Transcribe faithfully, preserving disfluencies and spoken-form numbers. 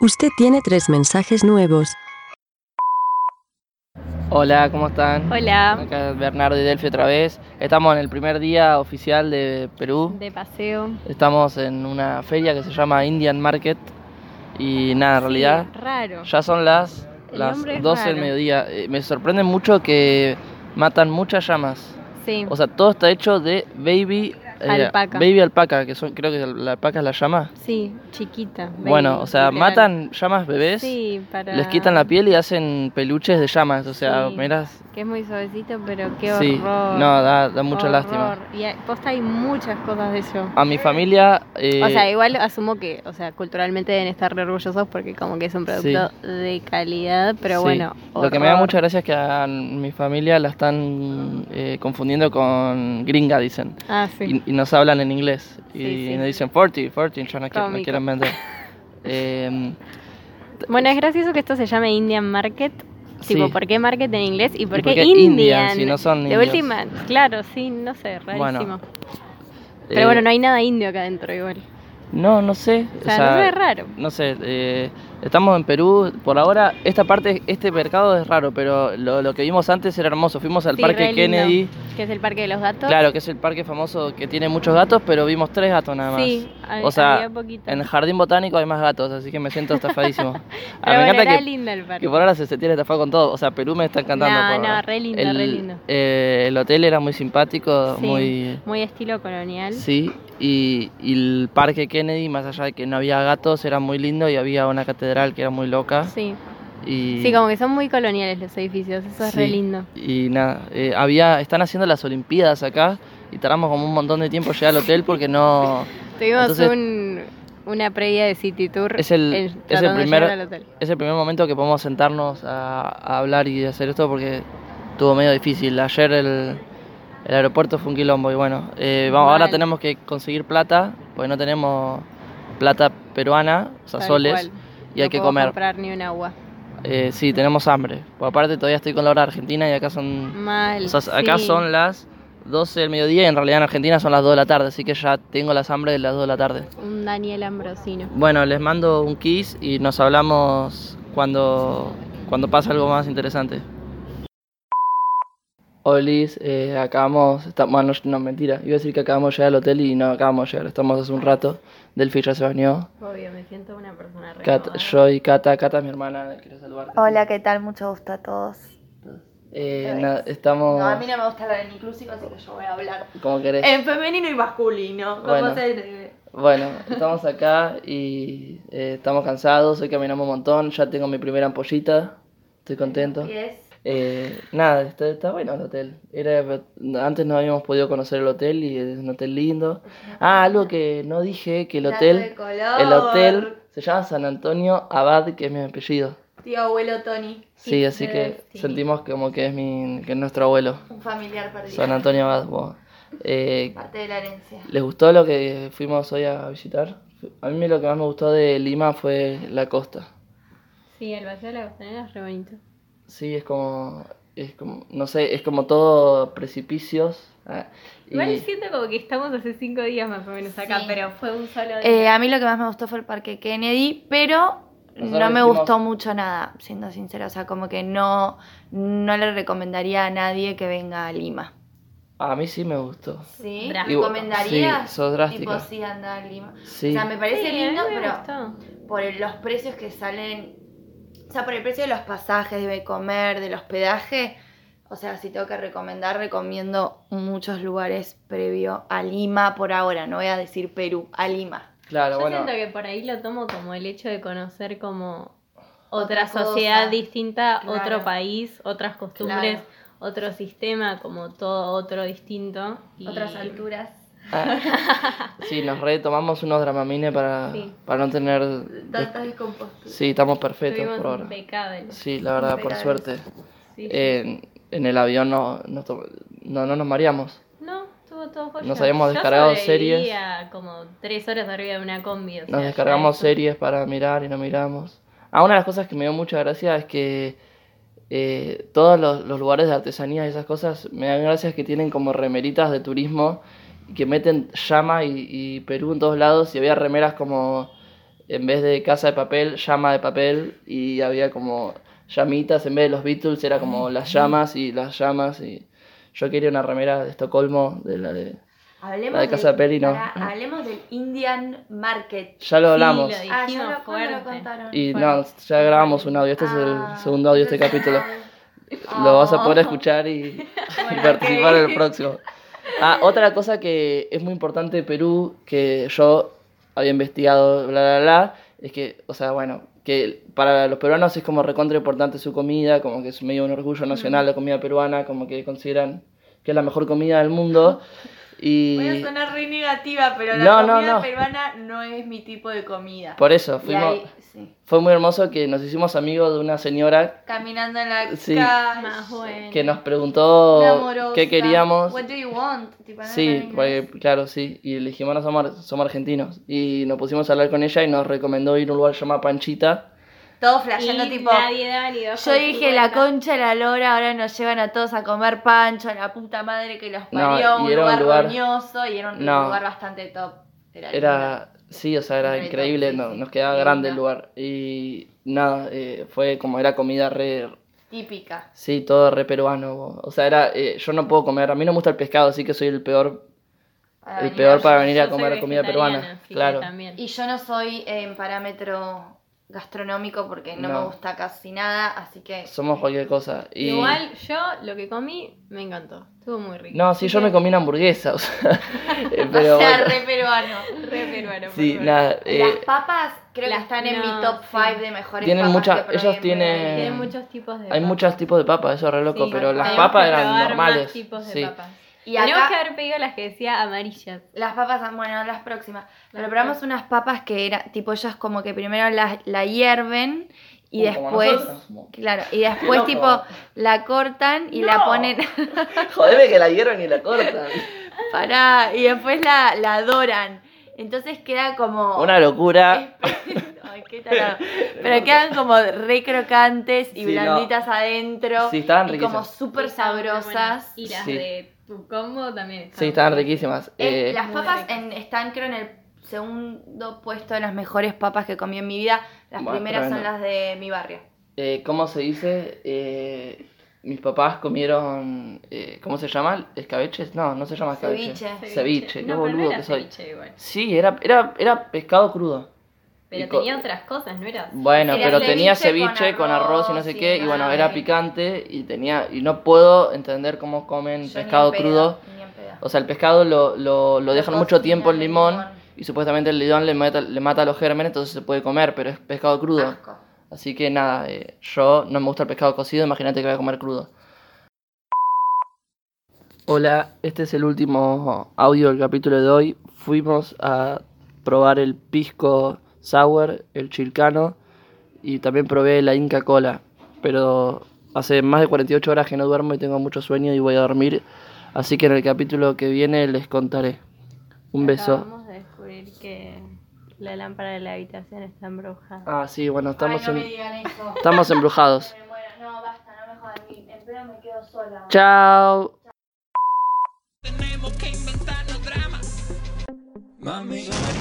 Usted tiene tres mensajes nuevos. Hola, ¿cómo están? Hola. Acá es Bernardo y Delphi otra vez. Estamos en el primer día oficial de Perú. De paseo. Estamos en una feria que se llama Indian Market. Y nada, en Sí, realidad raro. ya son las, El las nombre es doce del raro. mediodía. Eh, Me sorprende mucho que matan muchas llamas. Sí. O sea, todo está hecho de baby eh, Alpaca. baby alpaca, que son, creo que la alpaca es la llama. Sí, chiquita. Bueno, baby, o sea, literal. matan llamas bebés, Sí, para... les quitan la piel y hacen peluches de llamas. O sea, Sí, mirás. que es muy suavecito, pero qué Sí, horror. no, da, da mucha Horror. lástima. Y hay- posta hay muchas cosas de eso. A mi familia... eh, O sea, igual asumo que, o sea, culturalmente deben estar re orgullosos porque como que es un producto de calidad, pero sí. bueno, Lo que me da horror. mucha gracia es que a mi familia la están eh, confundiendo con gringa, dicen. Ah, sí. Y, y nos hablan en inglés. Y Sí, sí. nos dicen cuarenta, cuarenta, ya no, quieren- no Cómico. quieren vender. Eh, Bueno, es gracioso que esto se llame Indian Market. Sí. Tipo, ¿por qué market en inglés? ¿Y por ¿Y qué por qué Indian? Indian si no son De indios? última, claro, sí, no sé, rarísimo. Bueno, Pero eh, bueno, no hay nada indio acá adentro igual. No, no sé. O sea, no sé, es raro. No sé, eh, estamos en Perú. Por ahora, esta parte, este mercado es raro, pero lo, lo que vimos antes era hermoso. Fuimos al Sí, Parque re lindo. Kennedy. Que es el parque de los gatos. Claro, que es el parque famoso que tiene muchos gatos, pero vimos tres gatos nada más. Sí, hab- o sea, había poquitos. en el jardín botánico hay más gatos, así que me siento estafadísimo. Ah, Pero me bueno, encanta era que, lindo el parque. que por ahora se tiene estafado con todo. O sea, Perú me está encantando. No, por- no, re lindo, el, re lindo. eh, el hotel era muy simpático, Sí, muy... muy estilo colonial. Sí, y, y el parque Kennedy, más allá de que no había gatos, era muy lindo y había una catedral que era muy loca. Sí. Y, Sí, como que son muy coloniales los edificios, eso es sí, re lindo. Y nada, eh, había, están haciendo las Olimpiadas acá y tardamos como un montón de tiempo llegar al hotel porque no... Tuvimos Entonces, un, una previa de City Tour es el, en- es, el tratando de primer, llegar al hotel. es el primer momento que podemos sentarnos a, a hablar y hacer esto porque estuvo medio difícil. Ayer el, el aeropuerto fue un quilombo y bueno, eh, vamos, ahora Mal. tenemos que conseguir plata porque no tenemos plata peruana, o sea, Tal soles, cual. y No hay que puedo comer. comprar ni un agua. Eh, sí, tenemos hambre. Por aparte todavía estoy con la hora argentina y acá son... Mal. O sea, acá sí. son las doce del mediodía y en realidad en Argentina son las dos de la tarde, así que ya tengo las hambre de las dos de la tarde. Un Daniel Ambrosino. Bueno, les mando un kiss y nos hablamos cuando, cuando pase algo más interesante. Olis, eh, acabamos, está, bueno, no, no, mentira, iba a decir que acabamos de llegar al hotel y no acabamos de llegar, estamos hace un rato, Delphi ya se bañó, Obvio, me siento una persona re Kat, cómoda. yo y Cata, Cata es mi hermana, quiero saludarte. Hola, ¿qué tal? Mucho gusto a todos. Eh, nada, estamos, No, a mí no me gusta hablar en inclusivo, así que yo voy a hablar como querés. en femenino y masculino. ¿Cómo Bueno. se debe? Bueno, estamos acá y eh, estamos cansados, hoy caminamos un montón, ya tengo mi primera ampollita, estoy contento. ¿Qué es? Eh, nada, está, está bueno el hotel. Era, antes no habíamos podido conocer el hotel y es un hotel lindo. Ah, algo que no dije, que el Dato hotel, de color. el hotel se llama San Antonio Abad, que es mi apellido. Tío abuelo Tony. Sí, así que Sí. sentimos como que es mi, que es nuestro abuelo, Un familiar perdido. San Antonio Abad. Bueno, eh, Parte de la herencia. ¿les gustó lo que fuimos hoy a visitar? A mí lo que más me gustó de Lima fue la costa. Sí, el paseo de la costanera es re bonito. Sí, es como, es como, no sé, es como todo precipicios. ah, y- Igual siento como que estamos hace cinco días más o menos acá, Sí. pero fue un solo día. Eh, a mí lo que más me gustó fue el parque Kennedy, pero Nosotros no me dijimos- gustó mucho nada, siendo sincera. O sea, como que no, no le recomendaría a nadie que venga a Lima. A mí sí me gustó. ¿Sí? Drástico. ¿Recomendarías? Sí, sos drástica. Tipo, sí, anda a Lima. Sí. O sea, me parece Sí, a mí lindo, me pero gustó. por el- los precios que salen, o sea, por el precio de los pasajes, de comer, del hospedaje, o sea, si tengo que recomendar, recomiendo muchos lugares previo a Lima por ahora, no voy a decir Perú, a Lima. Claro, Yo bueno. siento que por ahí lo tomo como el hecho de conocer como otra, Otra cosa. sociedad distinta, Claro. otro país, otras costumbres, Claro. otro sistema, como todo otro distinto. y- Otras alturas. ah, sí, nos retomamos unos dramamine para, Sí. para no tener... Tanta descompostura. Sí, estamos perfectos Estuvimos por ahora. impecables. Sí, la verdad, por Impecables. suerte. Sí, sí. En, en el avión no, no, to- no, no nos mareamos. No, estuvo todo joya. Nos habíamos Yo descargado sobreviví series. a como tres horas arriba de una combi. o Nos sea, ya descargamos eso- series para mirar y no miramos. Ah, una de las cosas que me dio mucha gracia es que eh, todos los, los lugares de artesanía y esas cosas me dan gracias que tienen como remeritas de turismo y que meten llama y, y Perú en todos lados y había remeras como en vez de casa de papel, llama de papel, y había como llamitas, en vez de los Beatles era como las llamas y las llamas, y yo quería una remera de Estocolmo, de la de, Hablemos la de casa de papel y no. pará, hablemos del Indian Market. Ya lo hablamos. Sí, lo Ah, ya dijimos lo, ¿cuándo lo fuerte. contaron? Y Bueno, no, ya grabamos un audio, este es Ah, el segundo audio de este entonces- capítulo. Lo vas a poder Oh. escuchar y, y Bueno, participar ok. en el próximo. Ah, otra cosa que es muy importante de Perú, que yo había investigado, bla, bla, bla, es que, o sea, bueno, que para los peruanos es como recontra importante su comida, como que es medio un orgullo nacional la comida peruana, como que consideran que es la mejor comida del mundo. Y Voy a sonar re negativa, pero la No, no, comida no. peruana no es mi tipo de comida. por eso Y fuimos, ahí, sí. fue muy hermoso que nos hicimos amigos de una señora Caminando en la Sí. calle. Más bueno. que nos preguntó Una amorosa. qué queríamos. What do you want? Tipo, no Sí, sabe inglés. porque, claro, sí. Y le dijimos, no, somos, somos argentinos. Y nos pusimos a hablar con ella y nos recomendó ir a un lugar llamado Panchita. Todo flasheando Y tipo. nadie da ni dos Yo con dije, la cincuenta. concha de la lora, ahora nos llevan a todos a comer pancho, la puta madre que los No, parió, y un era un lugar lugar- roñoso y era un No. lugar bastante top. Era, Era, sí, o sea, era Re increíble, top, sí, no- sí. nos quedaba Linda. grande el lugar. Y nada, eh, fue como era comida re, típica. sí, todo re peruano. O sea, era, eh, yo no puedo comer, a mí no me gusta el pescado, así que soy el peor, Para el venir peor allá. para venir Yo a soy comer comida vegetariana, peruana. así que Claro. también. Y yo no soy en parámetro gastronómico porque no, No. me gusta casi nada, así que... Somos cualquier cosa. Y... Igual yo lo que comí me encantó. Estuvo muy rico. No, sí, Así yo que- me comí una hamburguesa, o sea, eh, pero o sea, bueno. re peruano. Re peruano. por Sí, favor. nada, eh, Las papas creo las- que están en no, mi top sí. cinco de mejores Tienen papas mucha- que probé ellos en tienen- Buenos Tienen Aires. muchos tipos de hay papas. muchos tipos de papas, eso es re loco, Sí, pero las tenemos papas que eran probar normales. Más tipos de Sí. papas. Y Tenemos acá que haber pedido las que decía amarillas. las papas, bueno, las próximas. Pero Las probamos próximas. unas papas que era, tipo, ellas como que primero la, la hierven y Uh, como después, nosotros, como- claro, y después Loco. tipo la cortan y la No. ponen, Jodeme que la hierven y la cortan. pará, y después la, la doran. Entonces queda como... Una locura. Ay, qué tarado. Pero quedan como re crocantes y Sí, no. blanditas adentro. Sí, estaban y como riquísimas. súper Estaban muy buenas. sabrosas. Y las Sí. de tu combo también estaban. Sí, estaban buenas. riquísimas. Eh, Eh, las Muy papas ricas. en- están creo en el segundo puesto de las mejores papas que comí en mi vida. Las Bueno, primeras son tremendo. las de mi barrio. eh, ¿Cómo se dice? Eh, mis papás comieron, eh, ¿cómo se llama? ¿Escabeches? No, no se llama escabeche. Ceviche. Ceviche, qué No, pero no boludo era que soy. ceviche igual. Sí, era, era, era pescado crudo. Pero Y co- tenía otras cosas, ¿no era? Bueno, Era pero ceviche tenía con ceviche con arroz, arroz y no sé y qué, y bueno, nada. era picante y tenía y no puedo entender cómo comen Yo ni pescado en pedo, crudo. ni en pedo. O sea, el pescado lo, lo, lo dejan mucho cocinan tiempo en en limón, limón. y supuestamente el limón le mata, le mata los gérmenes, entonces se puede comer, pero es pescado crudo. Asco. Así que nada, eh, yo no me gusta el pescado cocido, imagínate que voy a comer crudo. Hola, este es el último audio del capítulo de hoy. Fuimos a probar el pisco sour, el chilcano, y también probé la Inca Cola. Pero hace más de cuarenta y ocho horas que no duermo y tengo mucho sueño y voy a dormir. Así que en el capítulo que viene les contaré. Un beso. Acabamos de descubrir que la lámpara de la habitación está embrujada. Ah, sí, bueno, estamos, Ay, no me en- digan eso. estamos embrujados. Me muero. No, basta, no me jodan. En pedo me quedo sola. Chao. Tenemos que inventarnos drama. Mami,